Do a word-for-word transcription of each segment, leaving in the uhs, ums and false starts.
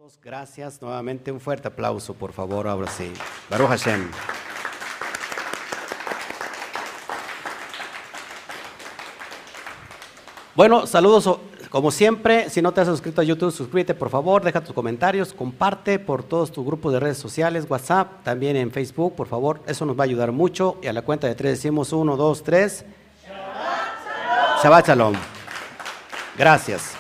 todos, gracias. Nuevamente un fuerte aplauso, por favor, ahora sí. Baruch Hashem. Bueno, saludos como siempre. Si no te has suscrito a YouTube, suscríbete por favor, deja tus comentarios, comparte por todos tus grupos de redes sociales, WhatsApp, también en Facebook, por favor, eso nos va a ayudar mucho. Y a la cuenta de tres decimos uno, dos, tres. Shabbat Shalom. Shabbat Shalom. Gracias.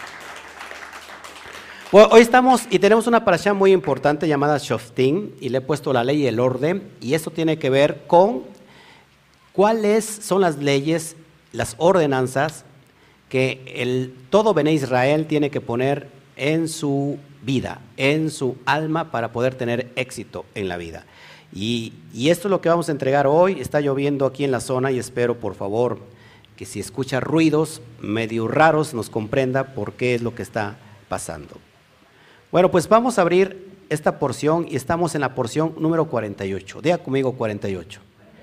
Bueno, hoy estamos y tenemos una parashá muy importante llamada Shoftim y le he puesto la ley y el orden, y esto tiene que ver con cuáles son las leyes, las ordenanzas que el, todo Bené Israel tiene que poner en su vida, en su alma, para poder tener éxito en la vida. Y, y esto es lo que vamos a entregar hoy. Está lloviendo aquí en la zona y espero, por favor, que si escucha ruidos medio raros nos comprenda por qué es lo que está pasando. Bueno, pues vamos a abrir esta porción y estamos en la porción número cuarenta y ocho. Diga conmigo cuarenta y ocho.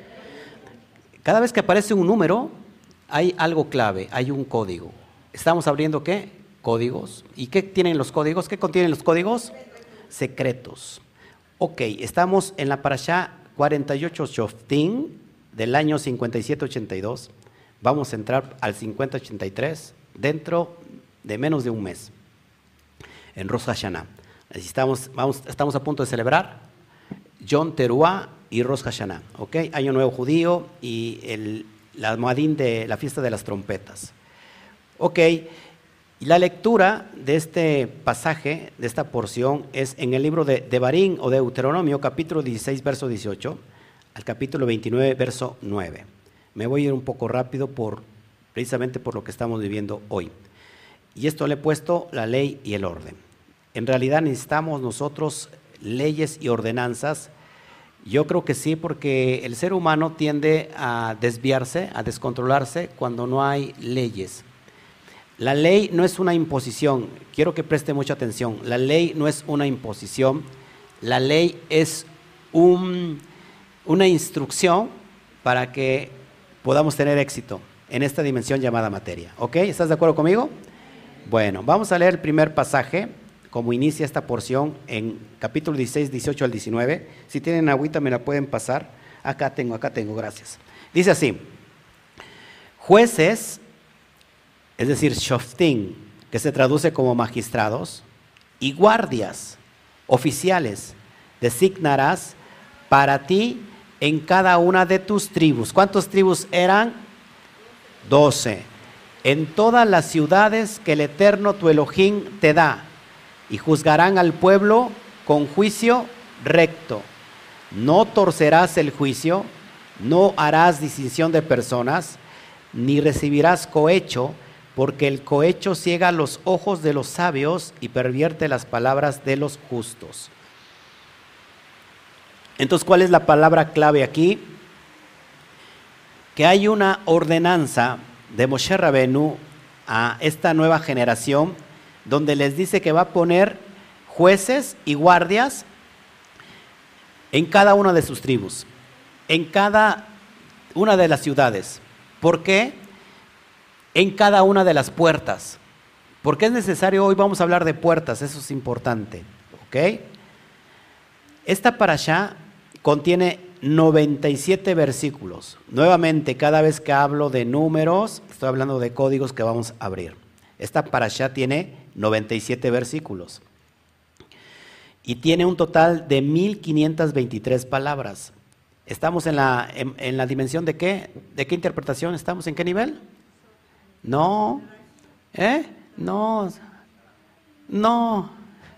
Cada vez que aparece un número, hay algo clave, hay un código. ¿Estamos abriendo qué? Códigos. ¿Y qué tienen los códigos? ¿Qué contienen los códigos? Secretos. Ok, estamos en la parashá cuarenta y ocho Shoftim del año cincuenta y siete ochenta y dos. Vamos a entrar al cincuenta ochenta y tres dentro de menos de un mes. En Rosh Hashanah. Estamos, vamos, estamos a punto de celebrar Yom Teruah y Rosh Hashanah, ¿ok? Año Nuevo Judío y el, la Moadín de la fiesta de las trompetas. Ok, y la lectura de este pasaje, de esta porción, es en el libro de Devarim o Deuteronomio, capítulo dieciséis, verso dieciocho, al capítulo veintinueve, verso nueve. Me voy a ir un poco rápido por, precisamente por lo que estamos viviendo hoy. Y esto le he puesto la ley y el orden. En realidad necesitamos nosotros leyes y ordenanzas. Yo creo que sí, porque el ser humano tiende a desviarse, a descontrolarse cuando no hay leyes. La ley no es una imposición. Quiero que preste mucha atención. La ley no es una imposición. La ley es un, una instrucción para que podamos tener éxito en esta dimensión llamada materia. ¿Ok? ¿Estás de acuerdo conmigo? Bueno, vamos a leer el primer pasaje, como inicia esta porción en capítulo dieciséis, dieciocho al diecinueve. Si tienen agüita me la pueden pasar. Acá tengo, acá tengo, gracias. Dice así: jueces, es decir, Shoftim, que se traduce como magistrados, y guardias, oficiales, designarás para ti en cada una de tus tribus. ¿Cuántas tribus eran? Doce. En todas las ciudades que el Eterno tu Elohim te da, y juzgarán al pueblo con juicio recto. No torcerás el juicio, no harás distinción de personas, ni recibirás cohecho, porque el cohecho ciega los ojos de los sabios y pervierte las palabras de los justos. Entonces, ¿cuál es la palabra clave aquí? Que hay una ordenanza de Moshe Rabenu a esta nueva generación, donde les dice que va a poner jueces y guardias en cada una de sus tribus, en cada una de las ciudades. ¿Por qué? En cada una de las puertas. Porque es necesario, hoy vamos a hablar de puertas, eso es importante, ¿ok? Esta parashá contiene noventa y siete versículos. Nuevamente, cada vez que hablo de números, estoy hablando de códigos que vamos a abrir. Esta parashá tiene noventa y siete versículos y tiene un total de mil quinientas veintitrés palabras. ¿Estamos en la, en, en la dimensión de qué? ¿De qué interpretación estamos? ¿En qué nivel? No. ¿Eh? No. No.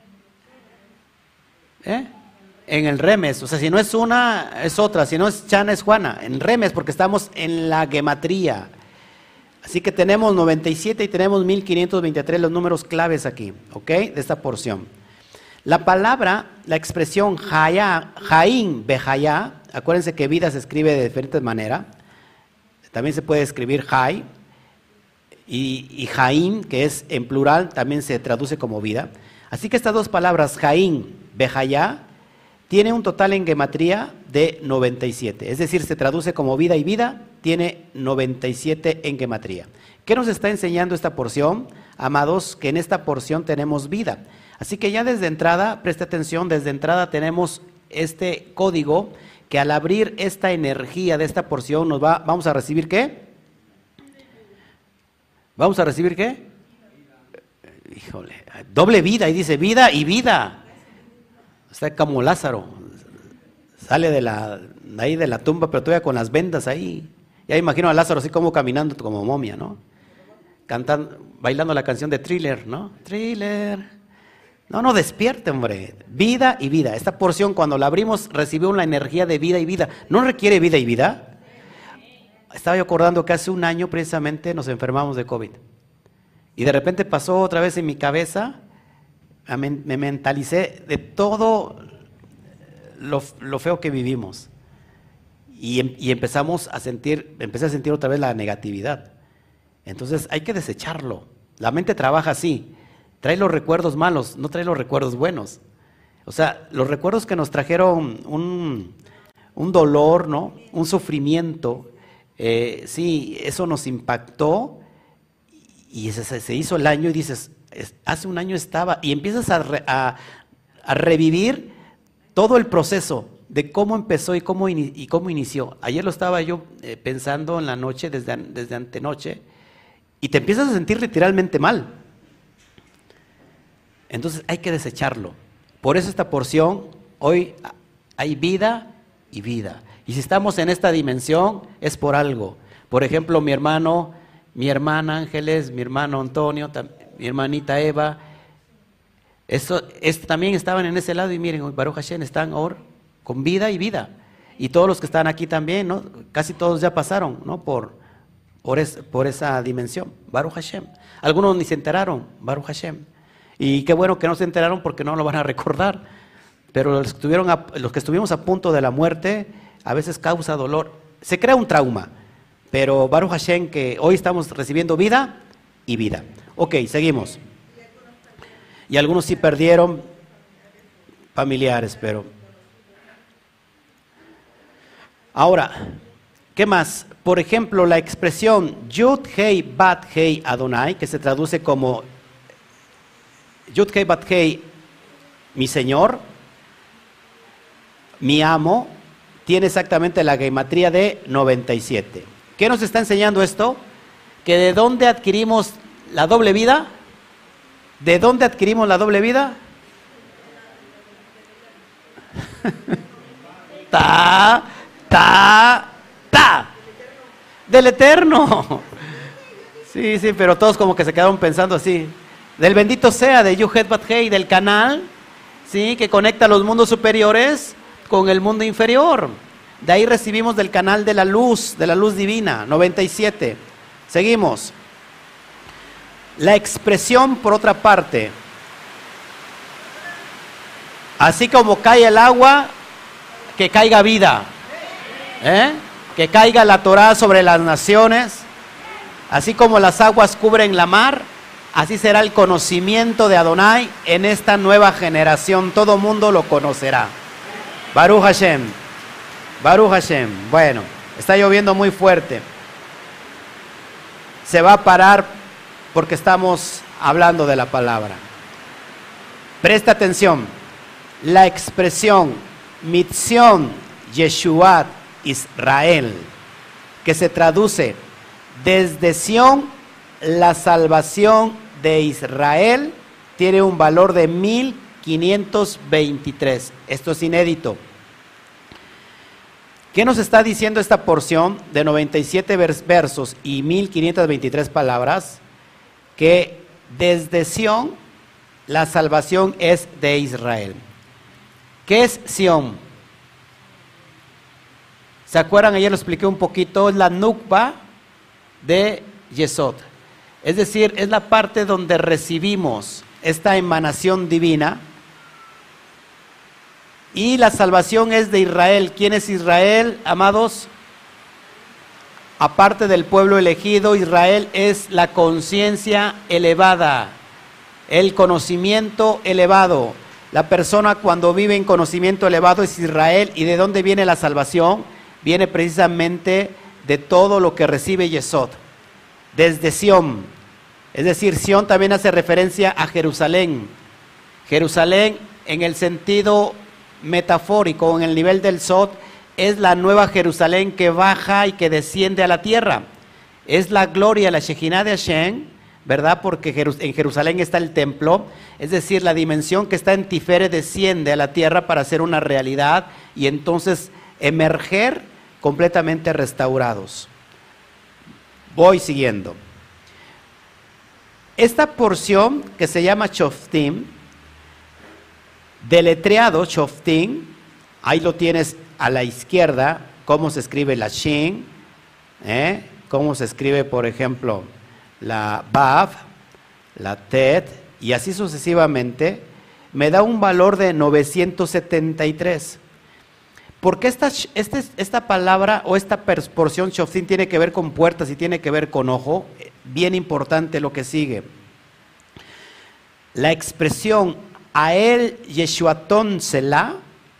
¿Eh? En el remes, o sea, si no es una, es otra, si no es Chana, es Juana, en remes, porque estamos en la gematría. Así que tenemos noventa y siete y tenemos mil quinientos veintitrés, los números claves aquí, ¿ok? De esta porción. La palabra, la expresión Jaya, Jaín, Bejaya, acuérdense que vida se escribe de diferentes maneras. También se puede escribir Jai, y, y Jaín, que es en plural, también se traduce como vida. Así que estas dos palabras, Jaín, Bejaya, tiene un total en gematría de noventa y siete, es decir, se traduce como vida y vida, tiene noventa y siete en gematría. ¿Qué nos está enseñando esta porción? Amados, que en esta porción tenemos vida. Así que ya desde entrada, preste atención, desde entrada tenemos este código que al abrir esta energía de esta porción nos va, vamos a recibir ¿qué? ¿Vamos a recibir qué? Híjole, doble vida, y dice vida y vida. Está como Lázaro, sale de la, de ahí de la tumba, pero todavía con las vendas ahí. Ya imagino a Lázaro así como caminando como momia, ¿no? Cantando, bailando la canción de Thriller, ¿no? Thriller. No, no, despierte, hombre. Vida y vida. Esta porción cuando la abrimos recibió una energía de vida y vida. ¿No requiere vida y vida? Estaba yo acordando que hace un año precisamente nos enfermamos de COVID. Y de repente pasó otra vez en mi cabeza, me mentalicé de todo lo, lo feo que vivimos. Y, y empezamos a sentir, empecé a sentir otra vez la negatividad. Entonces hay que desecharlo. La mente trabaja así. Trae los recuerdos malos, no trae los recuerdos buenos. O sea, los recuerdos que nos trajeron un, un dolor, ¿no? Un sufrimiento, eh, sí, eso nos impactó y se, se hizo el año y dices, hace un año estaba, y empiezas a, re, a, a revivir todo el proceso de cómo empezó y cómo, in, y cómo inició. Ayer lo estaba yo eh, pensando en la noche, desde, desde antenoche, y te empiezas a sentir literalmente mal. Entonces hay que desecharlo. Por eso esta porción, hoy hay vida y vida. Y si estamos en esta dimensión, es por algo. Por ejemplo, mi hermano, mi hermana Ángeles, mi hermano Antonio, mi hermanita Eva, eso, es, también estaban en ese lado y miren, hoy Baruch Hashem están ahora con vida y vida. Y todos los que están aquí también, ¿no? Casi todos ya pasaron, ¿no? Por, por, es, por esa dimensión, Baruch Hashem. Algunos ni se enteraron, Baruch Hashem. Y qué bueno que no se enteraron porque no lo van a recordar. Pero los que, estuvieron a, los que estuvimos a punto de la muerte, a veces causa dolor. Se crea un trauma. Pero Baruch Hashem, que hoy estamos recibiendo vida y vida. Ok, seguimos. Y algunos sí perdieron familiares, pero... Ahora, ¿qué más? Por ejemplo, la expresión Yud Hei Bat Hei Adonai, que se traduce como Yud Hei Bat Hei, mi Señor, mi amo, tiene exactamente la gematría de noventa y siete. ¿Qué nos está enseñando esto? Que de dónde adquirimos la doble vida. ¿De dónde adquirimos la doble vida? ta, ta, ta. Del Eterno. Sí, sí, pero todos como que se quedaron pensando así. Del bendito sea, de Yuhet Bat Hei, del canal, sí, que conecta los mundos superiores con el mundo inferior. De ahí recibimos del canal de la luz, de la luz divina, noventa y siete. Seguimos. La expresión, por otra parte, así como cae el agua, que caiga vida, ¿eh? Que caiga la Torá sobre las naciones, así como las aguas cubren la mar, así será el conocimiento de Adonai en esta nueva generación. Todo mundo lo conocerá. Baruch Hashem. Baruch Hashem. Bueno, está lloviendo muy fuerte. Se va a parar porque estamos hablando de la palabra. Presta atención. La expresión Mitzion Yeshuat Israel, que se traduce desde Sión, la salvación de Israel, tiene un valor de mil quinientos veintitrés. Esto es inédito. ¿Qué nos está diciendo esta porción de noventa y siete versos y mil quinientas veintitrés palabras? Que desde Sión la salvación es de Israel. ¿Qué es Sión? ¿Se acuerdan? Ayer lo expliqué un poquito. Es la nukba de Yesod. Es decir, es la parte donde recibimos esta emanación divina. Y la salvación es de Israel. ¿Quién es Israel, amados? Aparte del pueblo elegido, Israel es la conciencia elevada, el conocimiento elevado. La persona cuando vive en conocimiento elevado es Israel. ¿Y de dónde viene la salvación? Viene precisamente de todo lo que recibe Yesod, desde Sión. Es decir, Sión también hace referencia a Jerusalén. Jerusalén, en el sentido metafórico, en el nivel del Sod, es la nueva Jerusalén que baja y que desciende a la tierra. Es la gloria, la Shejinah de Hashem, ¿verdad? Porque en Jerusalén está el templo, es decir, la dimensión que está en Tiferet desciende a la tierra para ser una realidad y entonces emerger completamente restaurados. Voy siguiendo. Esta porción que se llama Shoftim, deletreado Shoftim, ahí lo tienes a la izquierda, cómo se escribe la Shin, ¿eh? Cómo se escribe, por ejemplo, la Vav, la Tet, y así sucesivamente, me da un valor de novecientos setenta y tres. Porque esta, este, esta palabra o esta porción Shoftim tiene que ver con puertas y tiene que ver con ojo, bien importante lo que sigue. La expresión Ael Yeshuaton Selah,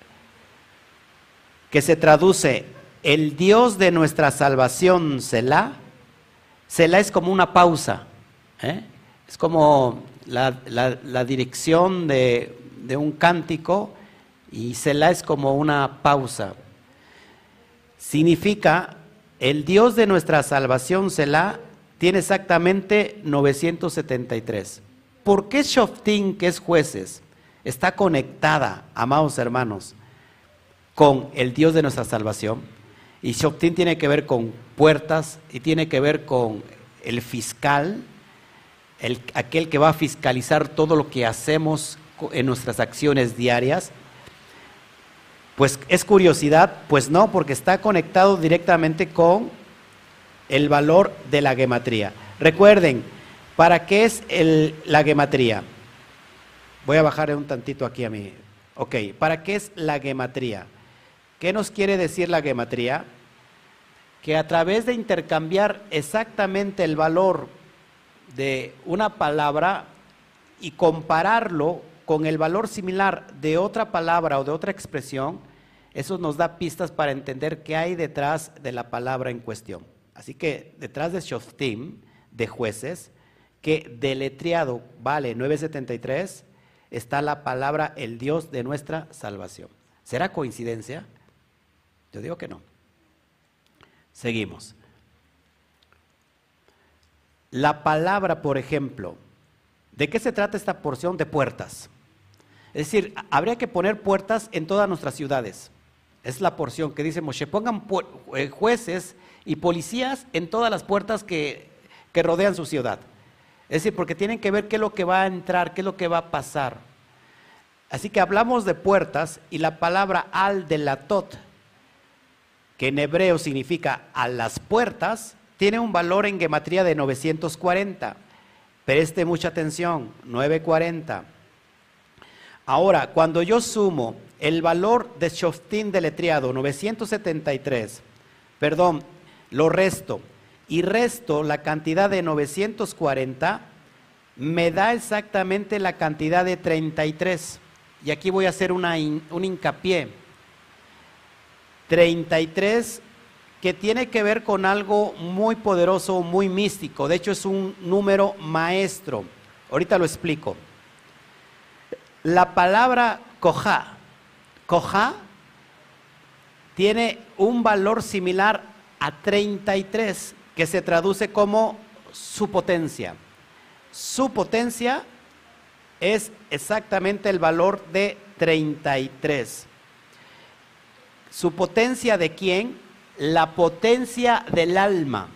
que se traduce el Dios de nuestra salvación Selah, Selah es como una pausa, ¿eh? Es como la, la, la dirección de, de un cántico y Selah es como una pausa. Significa el Dios de nuestra salvación Selah tiene exactamente novecientos setenta y tres. ¿Por qué Shoftim, que es jueces, está conectada, amados hermanos, con el Dios de nuestra salvación? Y Shoftim tiene que ver con puertas y tiene que ver con el fiscal, el, aquel que va a fiscalizar todo lo que hacemos en nuestras acciones diarias. Pues es curiosidad, pues no, porque está conectado directamente con el valor de la gematría. Recuerden, ¿para qué es el, la gematría? Voy a bajar un tantito aquí a mí. Ok, ¿para qué es la gematría? ¿Qué nos quiere decir la gematría? Que a través de intercambiar exactamente el valor de una palabra y compararlo con el valor similar de otra palabra o de otra expresión, eso nos da pistas para entender qué hay detrás de la palabra en cuestión. Así que detrás de Shoftim, de jueces, que deletreado vale nueve setenta y tres, está la palabra el Dios de nuestra salvación. ¿Será coincidencia? Yo digo que no. Seguimos. La palabra, por ejemplo, ¿de qué se trata esta porción? De puertas. Es decir, habría que poner puertas en todas nuestras ciudades. Es la porción que dice Moshe, pongan jueces y policías en todas las puertas que, que rodean su ciudad. Es decir, porque tienen que ver qué es lo que va a entrar, qué es lo que va a pasar. Así que hablamos de puertas y la palabra al delatot, que en hebreo significa a las puertas, tiene un valor en gematría de novecientos cuarenta. Preste mucha atención, novecientos cuarenta. Ahora, cuando yo sumo el valor de Shoftim deletreado, novecientos setenta y tres, perdón, lo resto, y resto la cantidad de novecientos cuarenta, me da exactamente la cantidad de treinta y tres. Y aquí voy a hacer una in, un hincapié. treinta y tres, que tiene que ver con algo muy poderoso, muy místico. De hecho, es un número maestro. Ahorita lo explico. La palabra Kohá, Kohá tiene un valor similar a treinta y tres, que se traduce como su potencia. Su potencia es exactamente el valor de treinta y tres. ¿Su potencia de quién? La potencia del alma.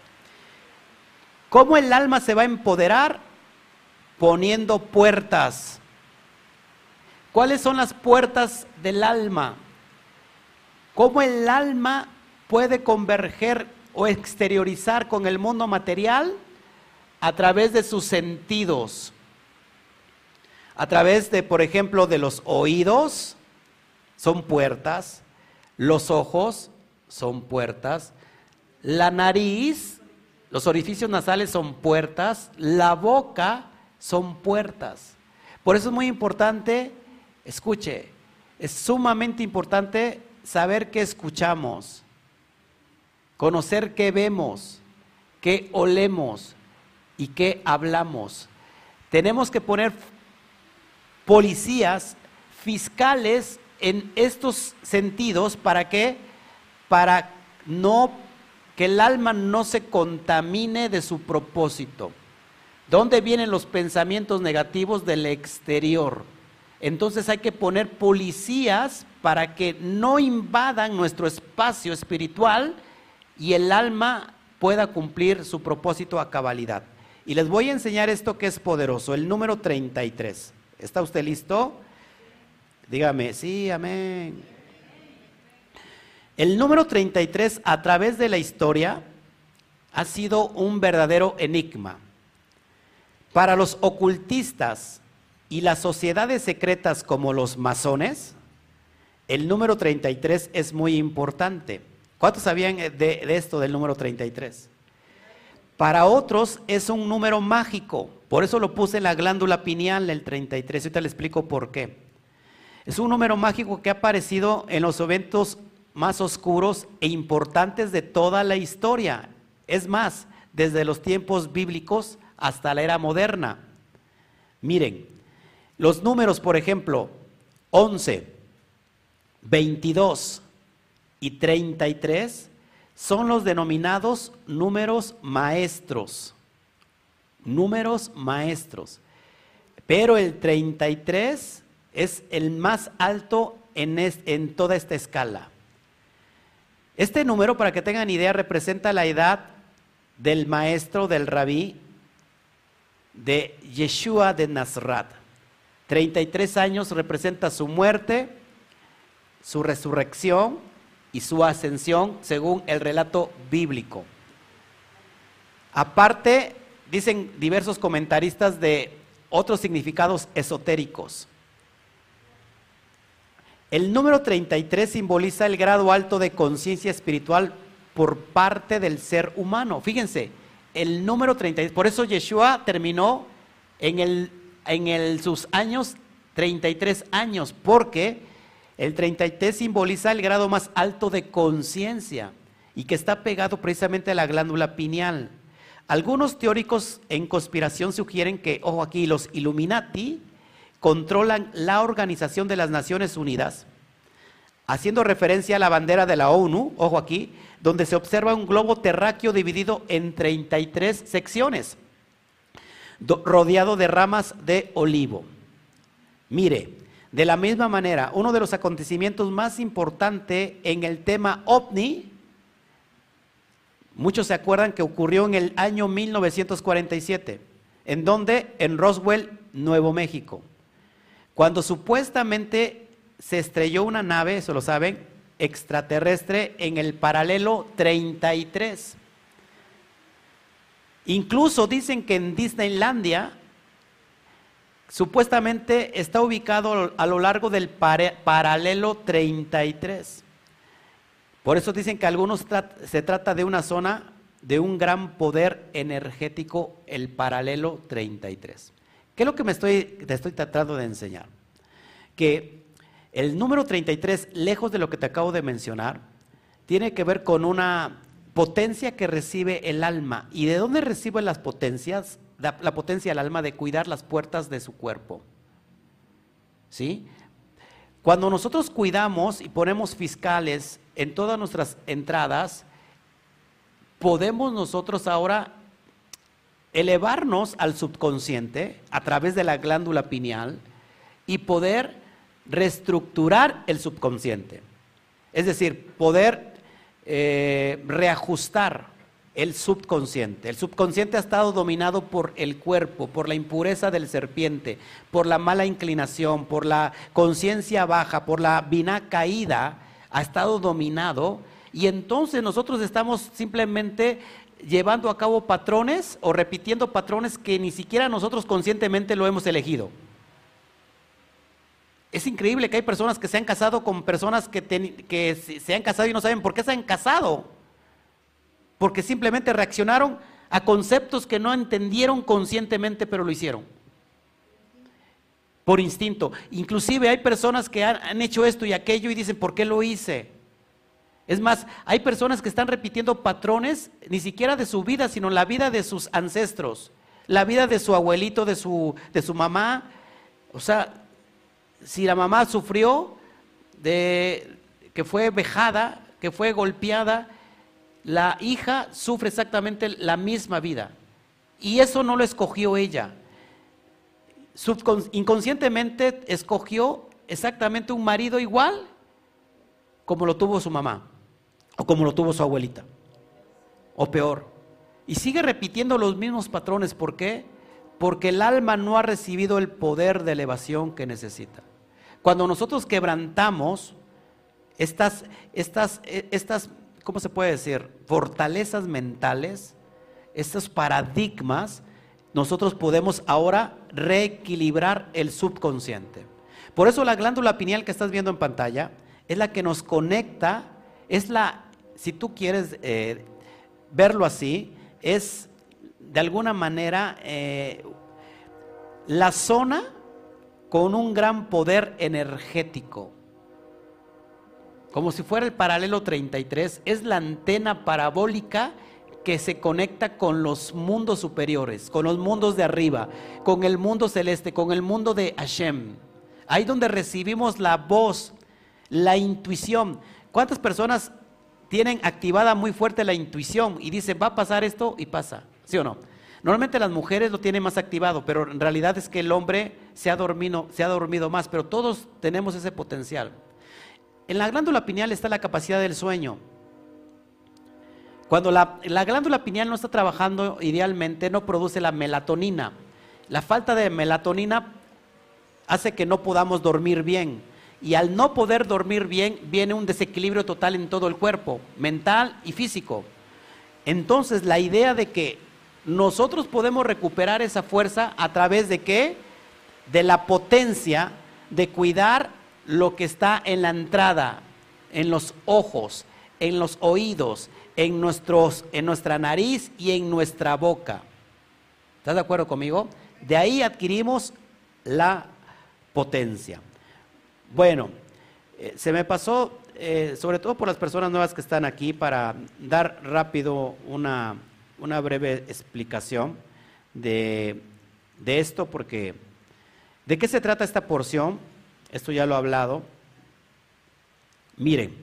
¿Cómo el alma se va a empoderar? Poniendo puertas. ¿Cuáles son las puertas del alma? ¿Cómo el alma puede converger o exteriorizar con el mundo material? A través de sus sentidos. A través de, por ejemplo, de los oídos, son puertas. Los ojos son puertas. La nariz, los orificios nasales son puertas. La boca son puertas. Por eso es muy importante, escuche, es sumamente importante saber qué escuchamos, conocer qué vemos, qué olemos y qué hablamos. Tenemos que poner policías, fiscales en estos sentidos. ¿Para qué? Para no, que el alma no se contamine de su propósito. ¿Dónde vienen los pensamientos negativos? Del exterior. Entonces hay que poner policías para que no invadan nuestro espacio espiritual y el alma pueda cumplir su propósito a cabalidad. Y les voy a enseñar esto que es poderoso, el número treinta y tres. ¿Está usted listo? Dígame, sí, amén. El número treinta y tres a través de la historia ha sido un verdadero enigma. Para los ocultistas y las sociedades secretas como los masones, el número treinta y tres es muy importante. ¿Cuántos sabían de, de esto del número treinta y tres? Para otros es un número mágico, por eso lo puse en la glándula pineal, el treinta y tres, ahorita le explico por qué. Es un número mágico que ha aparecido en los eventos más oscuros e importantes de toda la historia. Es más, desde los tiempos bíblicos hasta la era moderna. Miren, los números, por ejemplo, once, veintidós y treinta y tres son los denominados números maestros. Números maestros. Pero el treinta y tres es el más alto en, es, en toda esta escala. Este número, para que tengan idea, representa la edad del maestro, del rabí, de Yeshua de Nazaret. treinta y tres años representa su muerte, su resurrección y su ascensión según el relato bíblico. Aparte, dicen diversos comentaristas de otros significados esotéricos. El número treinta y tres simboliza el grado alto de conciencia espiritual por parte del ser humano. Fíjense, el número treinta y tres, por eso Yeshua terminó en, el, en el, sus años treinta y tres años, porque el treinta y tres simboliza el grado más alto de conciencia y que está pegado precisamente a la glándula pineal. Algunos teóricos en conspiración sugieren que, ojo aquí, los Illuminati controlan la Organización de las Naciones Unidas, haciendo referencia a la bandera de la ONU, ojo aquí, donde se observa un globo terráqueo dividido en treinta y tres secciones, rodeado de ramas de olivo. Mire, de la misma manera, uno de los acontecimientos más importantes en el tema ovni, muchos se acuerdan que ocurrió en el año mil novecientos cuarenta y siete, en donde, en Roswell, Nuevo México, cuando supuestamente se estrelló una nave, eso lo saben, extraterrestre en el paralelo treinta y tres. Incluso dicen que en Disneylandia supuestamente está ubicado a lo largo del paralelo treinta y tres. Por eso dicen que algunos tra- se trata de una zona de un gran poder energético, el paralelo treinta y tres. ¿Qué es lo que me estoy, te estoy tratando de enseñar? Que el número treinta y tres, lejos de lo que te acabo de mencionar, tiene que ver con una potencia que recibe el alma. ¿Y de dónde recibe las potencias? La, la potencia del alma de cuidar las puertas de su cuerpo. ¿Sí? Cuando nosotros cuidamos y ponemos fiscales en todas nuestras entradas, podemos nosotros ahora elevarnos al subconsciente a través de la glándula pineal y poder reestructurar el subconsciente. Es decir, poder eh, reajustar el subconsciente. El subconsciente ha estado dominado por el cuerpo, por la impureza del serpiente, por la mala inclinación, por la conciencia baja, por la biná caída, ha estado dominado, y entonces nosotros estamos simplemente llevando a cabo patrones o repitiendo patrones que ni siquiera nosotros conscientemente lo hemos elegido. Es increíble que hay personas que se han casado con personas que, ten, que se han casado y no saben por qué se han casado. Porque simplemente reaccionaron a conceptos que no entendieron conscientemente, pero lo hicieron. Por instinto. Inclusive hay personas que han, han hecho esto y aquello y dicen, ¿por qué lo hice? Es más, hay personas que están repitiendo patrones, ni siquiera de su vida, sino la vida de sus ancestros, la vida de su abuelito, de su, de su mamá. O sea, si la mamá sufrió de que fue vejada, que fue golpeada, la hija sufre exactamente la misma vida. Y eso no lo escogió ella. Subcon- inconscientemente escogió exactamente un marido igual como lo tuvo su mamá, o como lo tuvo su abuelita, o peor. Y sigue repitiendo los mismos patrones. ¿Por qué? Porque el alma no ha recibido el poder de elevación que necesita. Cuando nosotros quebrantamos estas, estas, estas, ¿cómo se puede decir? Fortalezas mentales, estos paradigmas, nosotros podemos ahora reequilibrar el subconsciente. Por eso la glándula pineal que estás viendo en pantalla es la que nos conecta, es la, si tú quieres eh, verlo así, es de alguna manera eh, la zona con un gran poder energético. Como si fuera el paralelo treinta y tres, es la antena parabólica que se conecta con los mundos superiores, con los mundos de arriba, con el mundo celeste, con el mundo de Hashem. Ahí donde recibimos la voz, la intuición. ¿Cuántas personas tienen activada muy fuerte la intuición y dicen, va a pasar esto y pasa? ¿Sí o no? Normalmente las mujeres lo tienen más activado, pero en realidad es que el hombre se ha dormido, se ha dormido más, pero todos tenemos ese potencial. En la glándula pineal está la capacidad del sueño. Cuando la, la glándula pineal no está trabajando idealmente, no produce la melatonina. La falta de melatonina hace que no podamos dormir bien. Y al no poder dormir bien, viene un desequilibrio total en todo el cuerpo, mental y físico. Entonces, la idea de que nosotros podemos recuperar esa fuerza a través de ¿qué? De la potencia de cuidar lo que está en la entrada, en los ojos, en los oídos, en, nuestros, en nuestra nariz y en nuestra boca. ¿Estás de acuerdo conmigo? De ahí adquirimos la potencia. Bueno, eh, se me pasó, eh, sobre todo por las personas nuevas que están aquí, para dar rápido una, una breve explicación de, de esto, porque ¿de qué se trata esta porción? Esto ya lo he hablado. Miren,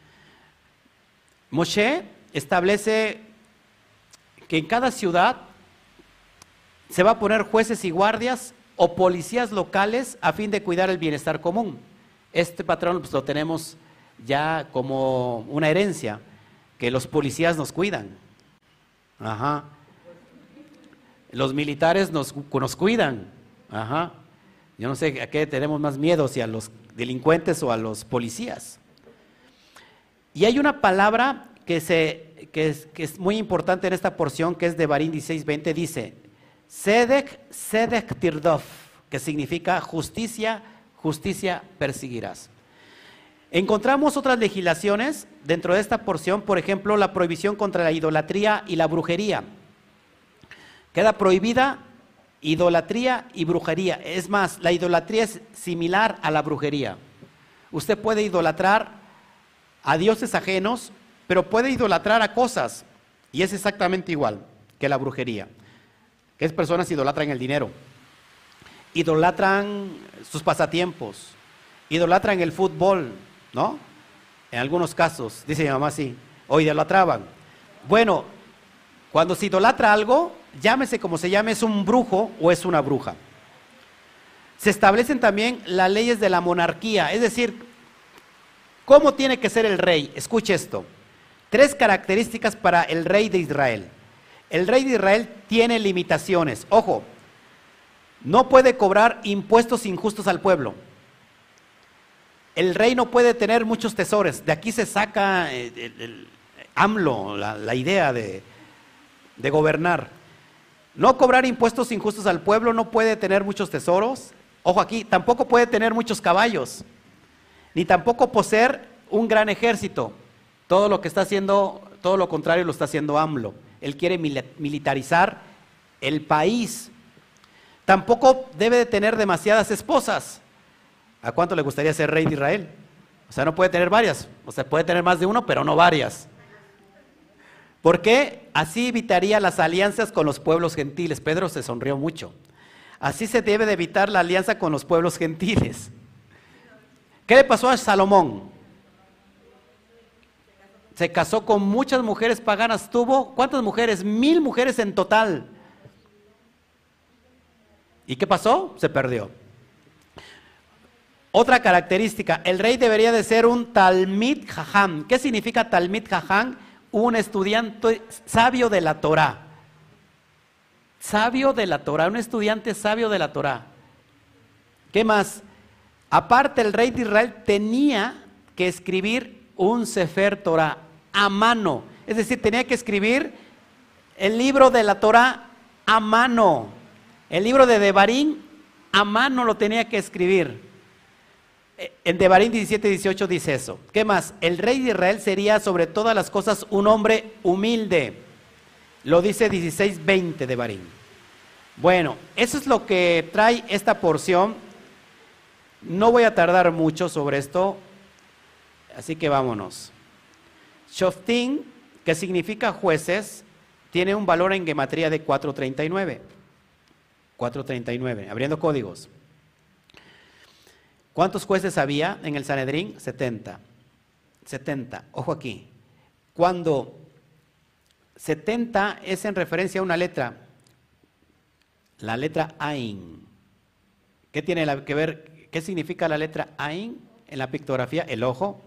Moshe establece que en cada ciudad se va a poner jueces y guardias o policías locales a fin de cuidar el bienestar común. Este patrón pues, lo tenemos ya como una herencia, que los policías nos cuidan. Ajá. Los militares nos, nos cuidan. Ajá. Yo no sé a qué tenemos más miedo, si a los delincuentes o a los policías. Y hay una palabra que, se, que, es, que es muy importante en esta porción, que es de Barín dieciséis veinte, dice Sedek, Sedek Tirdof, que significa justicia, justicia perseguirás. Encontramos otras legislaciones dentro de esta porción, por ejemplo, la prohibición contra la idolatría y la brujería. Queda prohibida idolatría y brujería. Es más, la idolatría es similar a la brujería. Usted puede idolatrar a dioses ajenos, pero puede idolatrar a cosas, y es exactamente igual que la brujería. Que es personas idolatran el dinero, idolatran sus pasatiempos, idolatran el fútbol, ¿no? En algunos casos, dice mi mamá así, o idolatraban. Bueno, cuando se idolatra algo, llámese como se llame, es un brujo o es una bruja. Se establecen también las leyes de la monarquía, es decir, ¿cómo tiene que ser el rey? Escuche esto, tres características para el rey de Israel. El rey de Israel tiene limitaciones, ojo, no puede cobrar impuestos injustos al pueblo. El rey no puede tener muchos tesoros, de aquí se saca el, el, el AMLO, la, la idea de, de gobernar. No cobrar impuestos injustos al pueblo, no puede tener muchos tesoros, ojo aquí, tampoco puede tener muchos caballos, ni tampoco poseer un gran ejército. Todo lo que está haciendo, todo lo contrario lo está haciendo AMLO. Él quiere militarizar el país. Tampoco debe de tener demasiadas esposas. ¿A cuánto le gustaría ser rey de Israel? O sea, no puede tener varias. O sea, puede tener más de uno, pero no varias. ¿Por qué? Así evitaría las alianzas con los pueblos gentiles. Pedro se sonrió mucho. Así se debe de evitar la alianza con los pueblos gentiles. ¿Qué le pasó a Salomón? Se casó con muchas mujeres paganas. ¿Tuvo cuántas mujeres? Mil mujeres en total. ¿Y qué pasó? Se perdió. Otra característica, el rey debería de ser un Talmid Jajam. ¿Qué significa Talmid Jajam? Un estudiante sabio de la Torah. Sabio de la Torah, un estudiante sabio de la Torah. ¿Qué más? Aparte, el rey de Israel tenía que escribir un Sefer Torah a mano. Es decir, tenía que escribir el libro de la Torah a mano. El libro de Devarim a mano lo tenía que escribir. En Devarim diecisiete dieciocho dice eso. ¿Qué más? El rey de Israel sería sobre todas las cosas un hombre humilde. Lo dice dieciséis veinte de Devarim. Bueno, eso es lo que trae esta porción. No voy a tardar mucho sobre esto, así que vámonos. Shoftim, que significa jueces, tiene un valor en gematría de cuatrocientos treinta y nueve. cuatrocientos treinta y nueve, abriendo códigos. ¿Cuántos jueces había en el Sanedrín? setenta. setenta, ojo aquí. Cuando setenta es en referencia a una letra, la letra Ain. ¿Qué tiene que ver? ¿Qué significa la letra Ain en la pictografía? El ojo.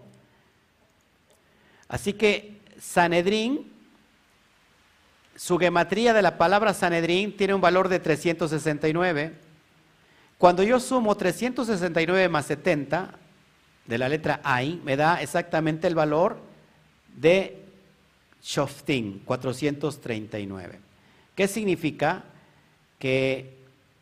Así que Sanedrín, su gematría de la palabra Sanedrín tiene un valor de trescientos sesenta y nueve. Cuando yo sumo trescientos sesenta y nueve más setenta de la letra Ain, me da exactamente el valor de Shoftim, cuatrocientos treinta y nueve. ¿Qué significa? Que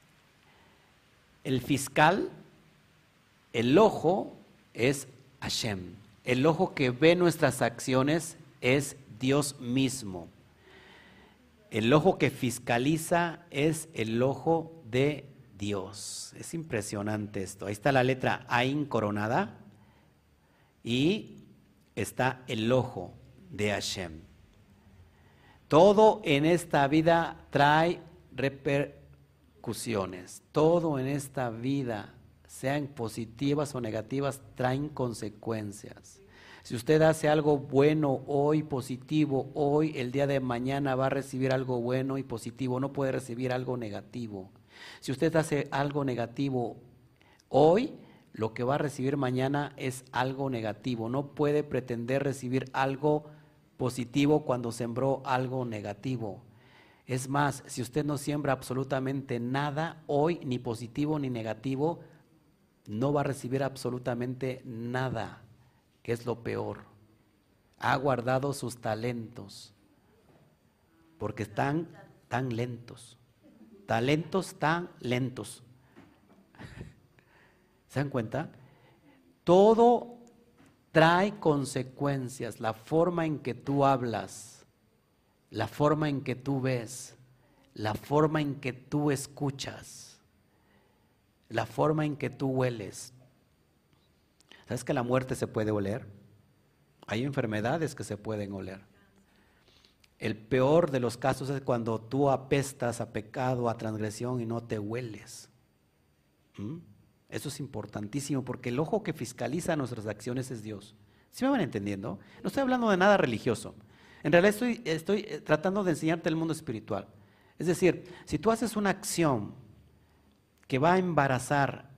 el fiscal, el ojo es Hashem. El ojo que ve nuestras acciones es Dios mismo. El ojo que fiscaliza es el ojo de Dios. Es impresionante esto. Ahí está la letra Ain coronada y está el ojo de Hashem. Todo en esta vida trae repercusiones. Todo en esta vida, sean positivas o negativas, traen consecuencias. Si usted hace algo bueno hoy, positivo, hoy, el día de mañana va a recibir algo bueno y positivo, no puede recibir algo negativo. Si usted hace algo negativo hoy, lo que va a recibir mañana es algo negativo. No puede pretender recibir algo positivo cuando sembró algo negativo. Es más, si usted no siembra absolutamente nada hoy, ni positivo ni negativo, no va a recibir absolutamente nada, que es lo peor. Ha guardado sus talentos, porque están tan lentos. Talentos tan lentos. ¿Se dan cuenta? Todo trae consecuencias. La forma en que tú hablas, la forma en que tú ves, la forma en que tú escuchas, la forma en que tú hueles. ¿Sabes que la muerte se puede oler? Hay enfermedades que se pueden oler. El peor de los casos es cuando tú apestas a pecado, a transgresión y no te hueles. ¿Mm? Eso es importantísimo porque el ojo que fiscaliza nuestras acciones es Dios. ¿Sí me van entendiendo? No estoy hablando de nada religioso. En realidad estoy, estoy tratando de enseñarte el mundo espiritual. Es decir, si tú haces una acción que va a embarazar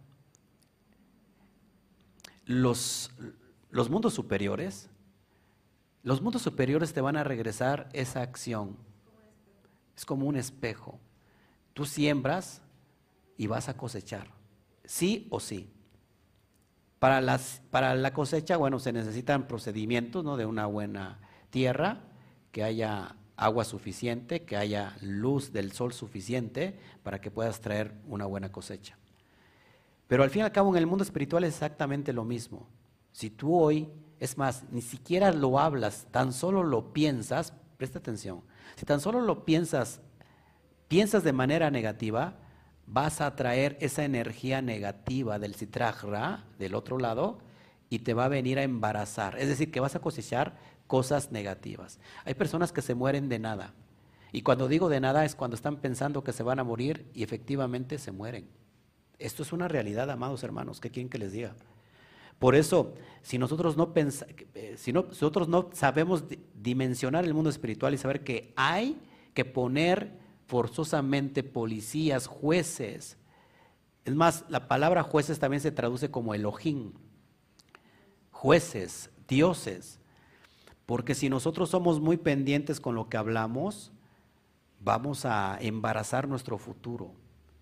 los, los mundos superiores, los mundos superiores te van a regresar esa acción. Es como un espejo. Tú siembras y vas a cosechar, sí o sí. Para, las, para la cosecha, bueno, se necesitan procedimientos, ¿no? De una buena tierra, que haya agua suficiente, que haya luz del sol suficiente para que puedas traer una buena cosecha. Pero al fin y al cabo en el mundo espiritual es exactamente lo mismo. Si tú hoy, es más, ni siquiera lo hablas, tan solo lo piensas, presta atención, si tan solo lo piensas, piensas de manera negativa, vas a traer esa energía negativa del Sitraj Ra, del otro lado, y te va a venir a embarazar. Es decir, que vas a cosechar cosas negativas. Hay personas que se mueren de nada. Y cuando digo de nada es cuando están pensando que se van a morir y efectivamente se mueren. Esto es una realidad, amados hermanos. ¿Qué quieren que les diga? Por eso, si nosotros no, pens si no, nosotros no sabemos dimensionar el mundo espiritual y saber que hay que poner forzosamente policías, jueces. Es más, la palabra jueces también se traduce como Elohim. Jueces, dioses. Porque si nosotros somos muy pendientes con lo que hablamos, vamos a embarazar nuestro futuro.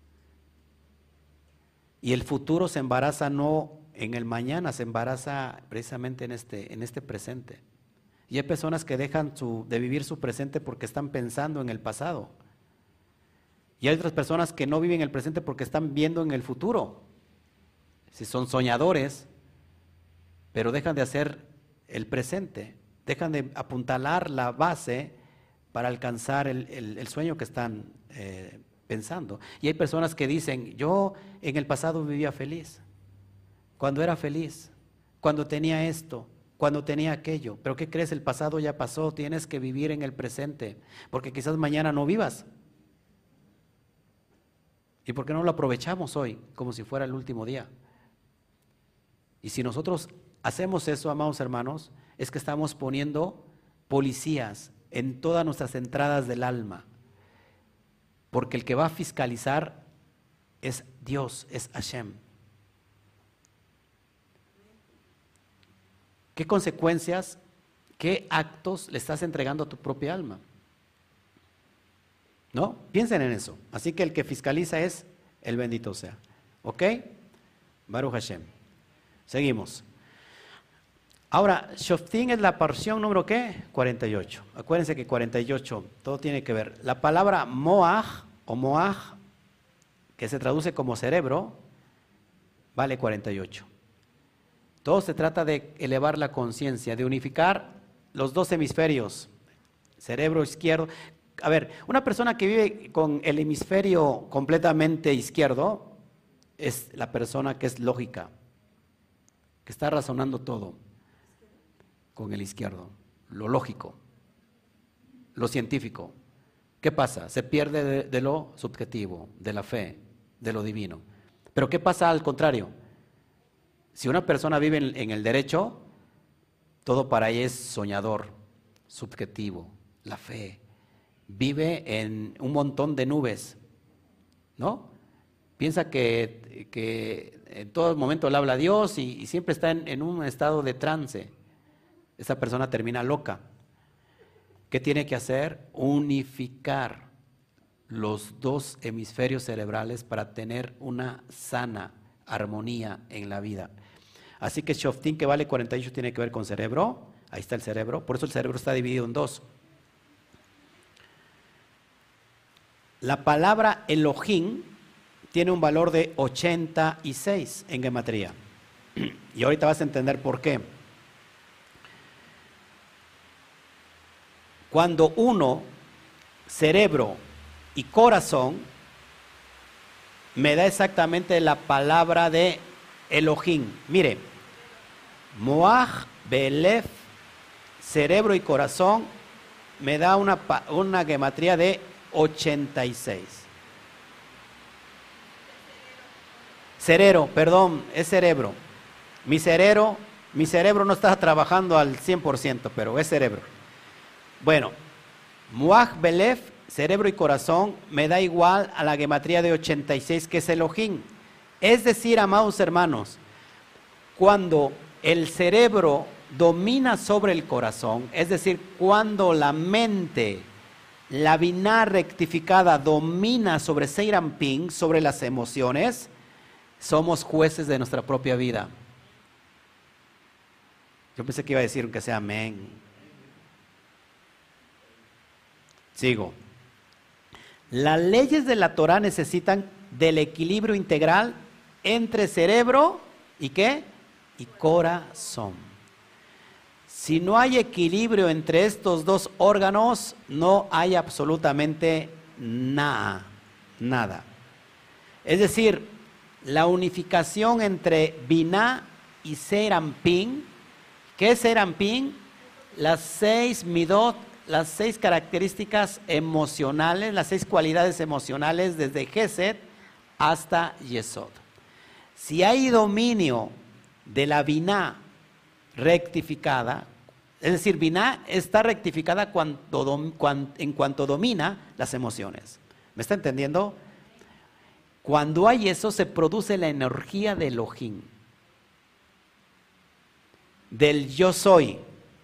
Y el futuro se embaraza no en el mañana, se embaraza precisamente en este, en este presente. Y hay personas que dejan su, de vivir su presente porque están pensando en el pasado. Y hay otras personas que no viven el presente porque están viendo en el futuro. Si son soñadores, pero dejan de hacer el presente, dejan de apuntalar la base para alcanzar el, el, el sueño que están eh, pensando. Y hay personas que dicen, yo en el pasado vivía feliz, cuando era feliz, cuando tenía esto, cuando tenía aquello. Pero ¿qué crees? El pasado ya pasó, tienes que vivir en el presente, porque quizás mañana no vivas. ¿Y por qué no lo aprovechamos hoy como si fuera el último día? Y si nosotros hacemos eso, amados hermanos, es que estamos poniendo policías en todas nuestras entradas del alma. Porque el que va a fiscalizar es Dios, es Hashem. ¿Qué consecuencias, qué actos le estás entregando a tu propia alma? ¿No? Piensen en eso. Así que el que fiscaliza es el bendito sea. ¿Ok? Baruch Hashem. Seguimos. Ahora, Shoftim es la porción número ¿qué? cuarenta y ocho. Acuérdense que cuarenta y ocho, todo tiene que ver. La palabra Moaj o Moaj, que se traduce como cerebro, vale cuarenta y ocho. Todo se trata de elevar la conciencia, de unificar los dos hemisferios, cerebro izquierdo. A ver, una persona que vive con el hemisferio completamente izquierdo es la persona que es lógica, que está razonando todo con el izquierdo, lo lógico, lo científico. ¿Qué pasa? Se pierde de, de lo subjetivo, de la fe, de lo divino. Pero ¿qué pasa al contrario? Si una persona vive en, en el derecho, todo para ella es soñador, subjetivo, la fe. Vive en un montón de nubes, ¿no? Piensa que, que en todo momento le habla a Dios y, y siempre está en, en un estado de trance. Esa persona termina loca. ¿Qué tiene que hacer? Unificar los dos hemisferios cerebrales para tener una sana armonía en la vida. Así que Shoftim, que vale cuarenta y ocho, tiene que ver con cerebro. Ahí está el cerebro. Por eso el cerebro está dividido en dos. La palabra Elohim tiene un valor de ochenta y seis en gematría. Y ahorita vas a entender por qué. Cuando uno, cerebro y corazón, me da exactamente la palabra de Elohim. Mire, Moaj, Belef, cerebro y corazón, me da una, una gematría de ochenta y seis. Cerebro, perdón, es cerebro. Mi cerebro, mi cerebro no está trabajando al cien por ciento, pero es cerebro. Bueno, Moaj, Belef, cerebro y corazón, me da igual a la gematría de ochenta y seis, que es Elohim. Es decir, amados hermanos, cuando el cerebro domina sobre el corazón, es decir, cuando la mente, la biná rectificada, domina sobre Seirampin, sobre las emociones, somos jueces de nuestra propia vida. Yo pensé que iba a decir que sea amén. Sigo. Las leyes de la Torah necesitan del equilibrio integral entre cerebro y ¿qué? Y corazón. Si no hay equilibrio entre estos dos órganos, no hay absolutamente nada, nada. Es decir, la unificación entre Biná y Seirampin. ¿Qué es Seirampin? Las seis midot, las seis características emocionales, las seis cualidades emocionales desde Gesed hasta Yesod. Si hay dominio de la Biná rectificada, es decir, Biná está rectificada cuando dom, cuando, en cuanto domina las emociones. ¿Me está entendiendo? Cuando hay eso, se produce la energía de Elohim, del yo soy,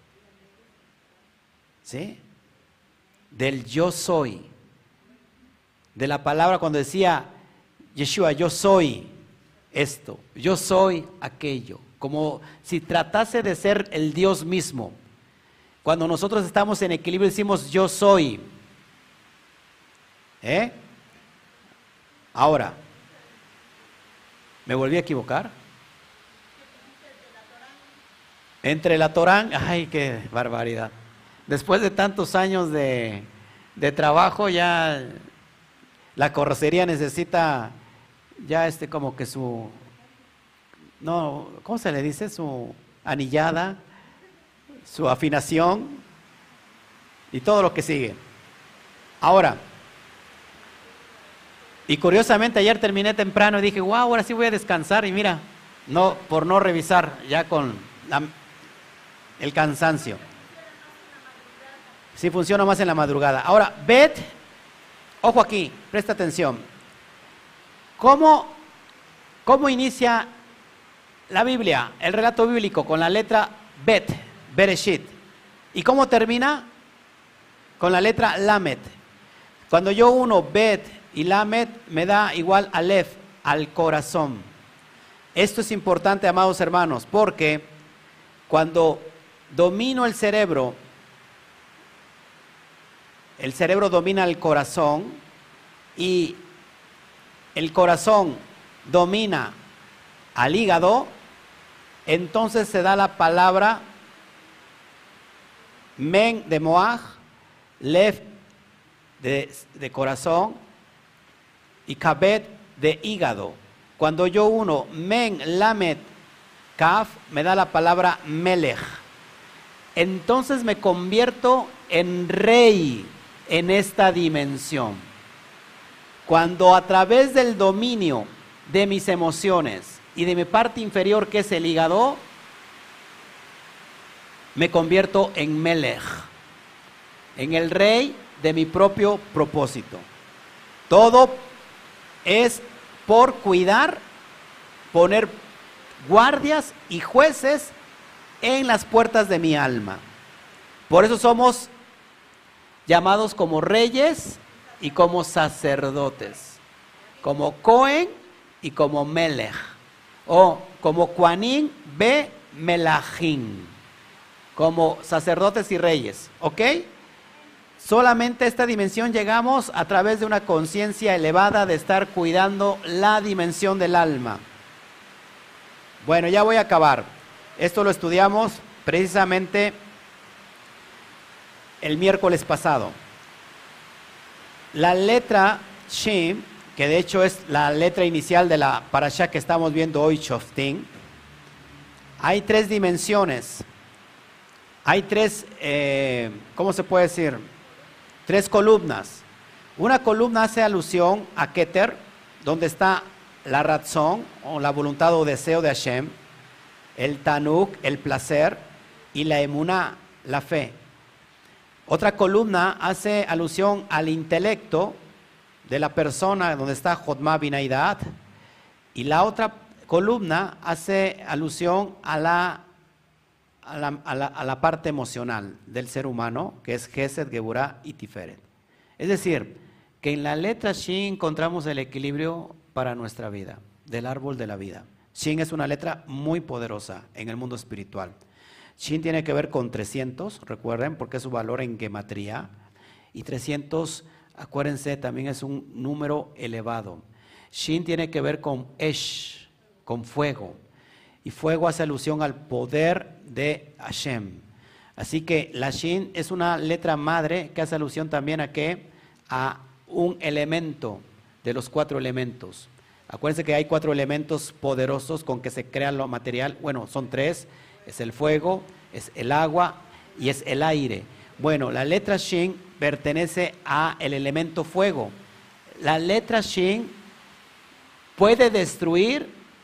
¿sí? Del yo soy, de la palabra cuando decía Yeshua, yo soy esto, yo soy aquello, como si tratase de ser el Dios mismo. Cuando nosotros estamos en equilibrio decimos yo soy. ¿Eh? Ahora, ¿me volví a equivocar? Entre la Torán, ay, qué barbaridad. Después de tantos años de, de trabajo, ya la carrocería necesita ya este como que su, no, ¿cómo se le dice? Su anillada, su afinación y todo lo que sigue. Ahora, y curiosamente ayer terminé temprano y dije, wow, ahora sí voy a descansar y mira, no, por no revisar ya con la, el cansancio. Sí funciona más en la madrugada. Ahora, Bet, ojo aquí, presta atención. ¿Cómo, cómo inicia la Biblia, el relato bíblico con la letra Bet, Bereshit? ¿Y cómo termina? Con la letra Lamet. Cuando yo uno Bet y Lamet me da igual Aleph, al corazón. Esto es importante, amados hermanos, porque cuando domino el cerebro, el cerebro domina el corazón y el corazón domina al hígado, entonces se da la palabra Men de Moaj, Lev de, de corazón y Kabed de hígado. Cuando yo uno Men, Lamet, Kaf, me da la palabra Melech. Entonces me convierto en rey en esta dimensión. Cuando a través del dominio de mis emociones y de mi parte inferior, que es el hígado, me convierto en Melech, en el rey de mi propio propósito. Todo es por cuidar, poner guardias y jueces en las puertas de mi alma. Por eso somos llamados como reyes y como sacerdotes, como Cohen y como Melech, o como Kohanim be Melachim, como sacerdotes y reyes, ¿ok? Solamente a esta dimensión llegamos a través de una conciencia elevada de estar cuidando la dimensión del alma. Bueno, ya voy a acabar. Esto lo estudiamos precisamente el miércoles pasado. La letra Shin, que de hecho es la letra inicial de la parashá que estamos viendo hoy, Shoftim, hay tres dimensiones. Hay tres, eh, ¿cómo se puede decir? Tres columnas. Una columna hace alusión a Keter, donde está la razón, o la voluntad o deseo de Hashem, el Tanuk, el placer, y la Emuná, la fe. Otra columna hace alusión al intelecto de la persona, donde está Jodma Binaidat, y la otra columna hace alusión a la, a la, a la, a la parte emocional del ser humano, que es Gesed, Geburah y Tiferet. Es decir, que en la letra Shin encontramos el equilibrio para nuestra vida, del árbol de la vida. Shin es una letra muy poderosa en el mundo espiritual. Shin tiene que ver con trescientos, recuerden, porque es su valor en gematría. Y trescientos, acuérdense, también es un número elevado. Shin tiene que ver con Esh, con fuego. Y fuego hace alusión al poder de Hashem. Así que la Shin es una letra madre que hace alusión también a ¿qué? A un elemento de los cuatro elementos. Acuérdense que hay cuatro elementos poderosos con que se crea lo material. Bueno, son tres. Es el fuego, es el agua y es el aire. Bueno, la letra Shin pertenece al elemento fuego. La letra Shin puede destruir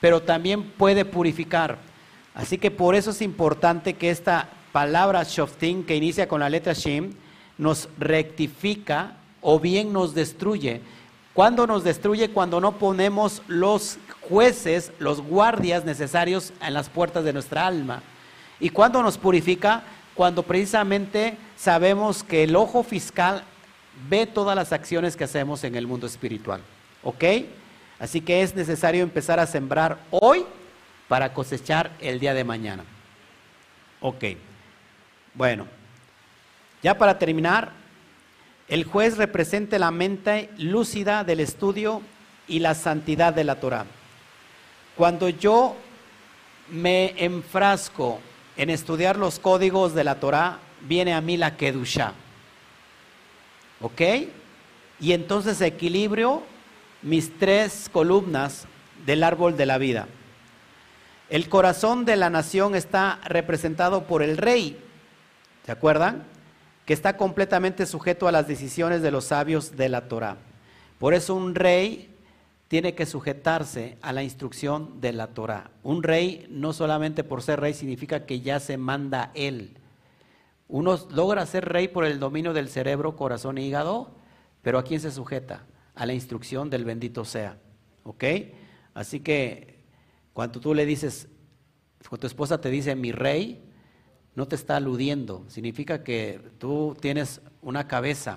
pero también puede purificar. Así que por eso es importante que esta palabra Shoftim, que inicia con la letra Shin, nos rectifica o bien nos destruye. ¿Cuándo nos destruye? Cuando no ponemos los jueces, los guardias necesarios en las puertas de nuestra alma. ¿Y cuándo nos purifica? Cuando precisamente sabemos que el ojo fiscal ve todas las acciones que hacemos en el mundo espiritual. ¿Ok? Así que es necesario empezar a sembrar hoy para cosechar el día de mañana. Ok. Bueno, ya para terminar, el juez representa la mente lúcida del estudio y la santidad de la Torah. Cuando yo me enfrasco en estudiar los códigos de la Torah, viene a mí la Kedushá. ¿Ok? Y entonces equilibrio mis tres columnas del árbol de la vida. El corazón de la nación está representado por el rey, ¿se acuerdan? Que está completamente sujeto a las decisiones de los sabios de la Torah. Por eso un rey tiene que sujetarse a la instrucción de la Torah. Un rey no solamente por ser rey significa que ya se manda él. Uno logra ser rey por el dominio del cerebro, corazón e hígado, pero ¿a quién se sujeta? A la instrucción del bendito sea. ¿Ok? Así que cuando tú le dices, cuando tu esposa te dice mi rey, no te está aludiendo, significa que tú tienes una cabeza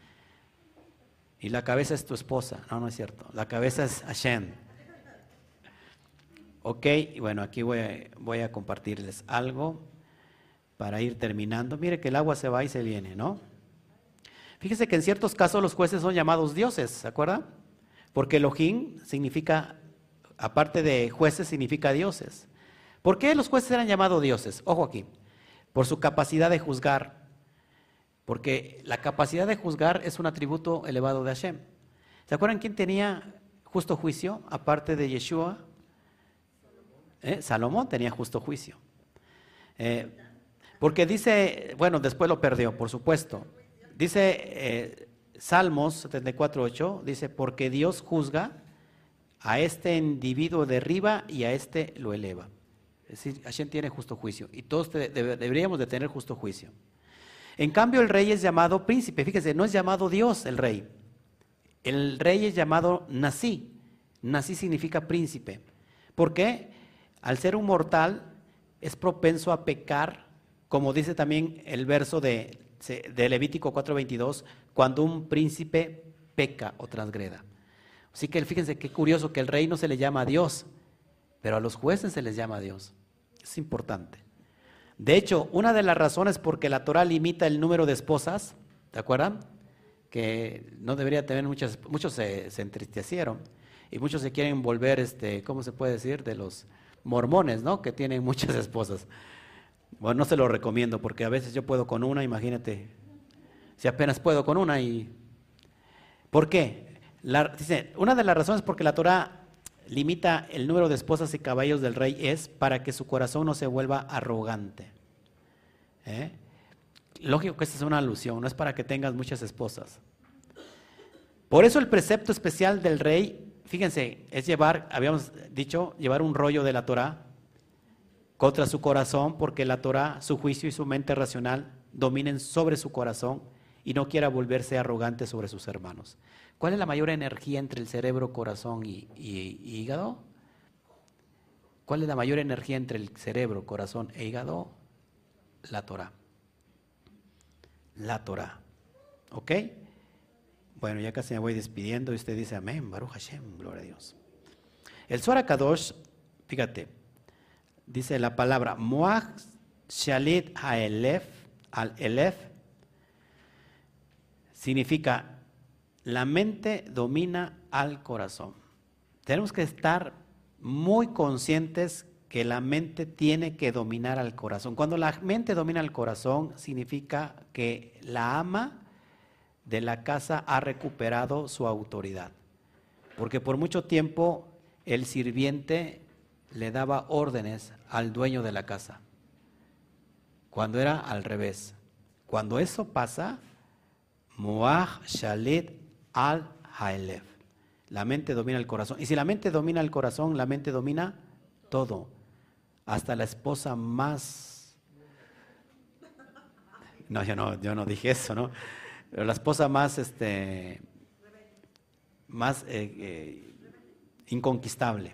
y la cabeza es tu esposa. No, no es cierto, la cabeza es Hashem. Ok, y bueno, aquí voy a, voy a compartirles algo para ir terminando. Mire que el agua se va y se viene, ¿no? Fíjese que en ciertos casos los jueces son llamados dioses, ¿se acuerdan? Porque Elohim significa, aparte de jueces, significa dioses. ¿Por qué los jueces eran llamados dioses? Ojo aquí, por su capacidad de juzgar, porque la capacidad de juzgar es un atributo elevado de Hashem. ¿Se acuerdan quién tenía justo juicio, aparte de Yeshua? ¿Eh? Salomón tenía justo juicio. Eh, porque dice, bueno, después lo perdió, por supuesto. Dice eh, Salmos setenta y cuatro ocho, dice, porque Dios juzga, a este individuo derriba y a este lo eleva. Es decir, Hashem tiene justo juicio y todos te, de, deberíamos de tener justo juicio. En cambio el rey es llamado príncipe, fíjese, no es llamado Dios el rey. El rey es llamado Nasí. Nasí significa príncipe. ¿Por qué? Al ser un mortal es propenso a pecar, como dice también el verso de, de Levítico cuatro veintidós, cuando un príncipe peca o transgreda. Así que fíjense qué curioso que el rey no se le llama a Dios, pero a los jueces se les llama a Dios. Es importante. De hecho, una de las razones por que la Torah limita el número de esposas, ¿te acuerdan? Que no debería tener muchas, muchos se, se entristecieron y muchos se quieren volver, este, ¿cómo se puede decir? De los mormones, ¿no? Que tienen muchas esposas. Bueno, no se lo recomiendo porque a veces yo puedo con una, imagínate, si apenas puedo con una y... ¿Por qué? La, dice, una de las razones por que la Torah limita el número de esposas y caballos del rey es para que su corazón no se vuelva arrogante. ¿Eh? Lógico que esta es una alusión, no es para que tengas muchas esposas. Por eso el precepto especial del rey, fíjense, es llevar, habíamos dicho, llevar un rollo de la Torah contra su corazón, porque la Torah, su juicio y su mente racional dominen sobre su corazón y no quiera volverse arrogante sobre sus hermanos. ¿Cuál es la mayor energía entre el cerebro, corazón y, y, y hígado? ¿Cuál es la mayor energía entre el cerebro, corazón e hígado? La Torah. La Torah. ¿Ok? Bueno, ya casi me voy despidiendo y usted dice amén, Baruch Hashem, gloria a Dios. El Zohar Kadosh, fíjate, dice la palabra Moach Shalit Ha'elef, al-Elef, significa la mente domina al corazón. Tenemos que estar muy conscientes que la mente tiene que dominar al corazón. Cuando la mente domina al corazón, significa que la ama de la casa ha recuperado su autoridad. Porque por mucho tiempo el sirviente le daba órdenes al dueño de la casa, cuando era al revés. Cuando eso pasa, Moach Shalit al Haelef, La mente domina el corazón. Y si la mente domina el corazón, la mente domina todo. Hasta la esposa más... No, yo no, yo no dije eso, ¿no? Pero la esposa más, este, más eh, eh, inconquistable.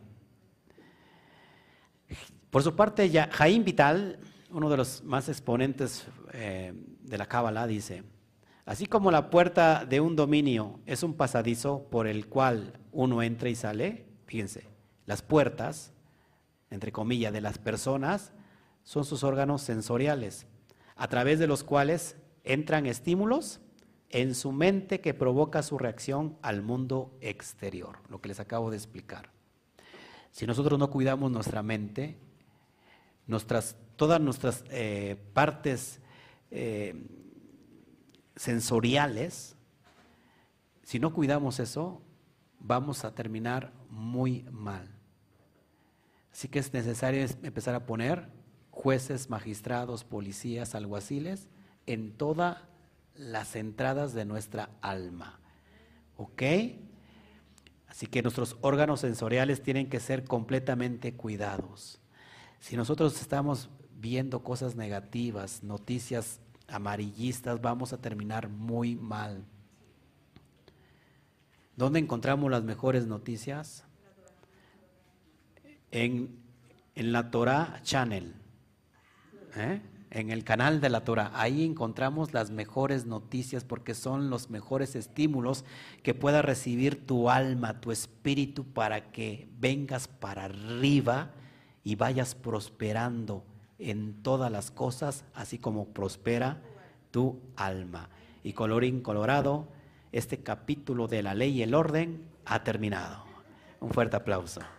Por su parte, ya, Jaim Vital, uno de los más exponentes eh, de la Cábala, dice: así como la puerta de un dominio es un pasadizo por el cual uno entra y sale, fíjense, las puertas, entre comillas, de las personas son sus órganos sensoriales, a través de los cuales entran estímulos en su mente que provoca su reacción al mundo exterior, lo que les acabo de explicar. Si nosotros no cuidamos nuestra mente, nuestras, todas nuestras eh, partes eh, sensoriales, si no cuidamos eso, vamos a terminar muy mal. Así que es necesario empezar a poner jueces, magistrados, policías, alguaciles en todas las entradas de nuestra alma. ¿Ok? Así que nuestros órganos sensoriales tienen que ser completamente cuidados. Si nosotros estamos viendo cosas negativas, noticias amarillistas, vamos a terminar muy mal. ¿Dónde encontramos las mejores noticias? En, en la Torah Channel, ¿eh? En el canal de la Torah. Ahí encontramos las mejores noticias porque son los mejores estímulos que pueda recibir tu alma, tu espíritu, para que vengas para arriba y vayas prosperando en todas las cosas, así como prospera tu alma. Y colorín colorado, este capítulo de la ley y el orden ha terminado. Un fuerte aplauso.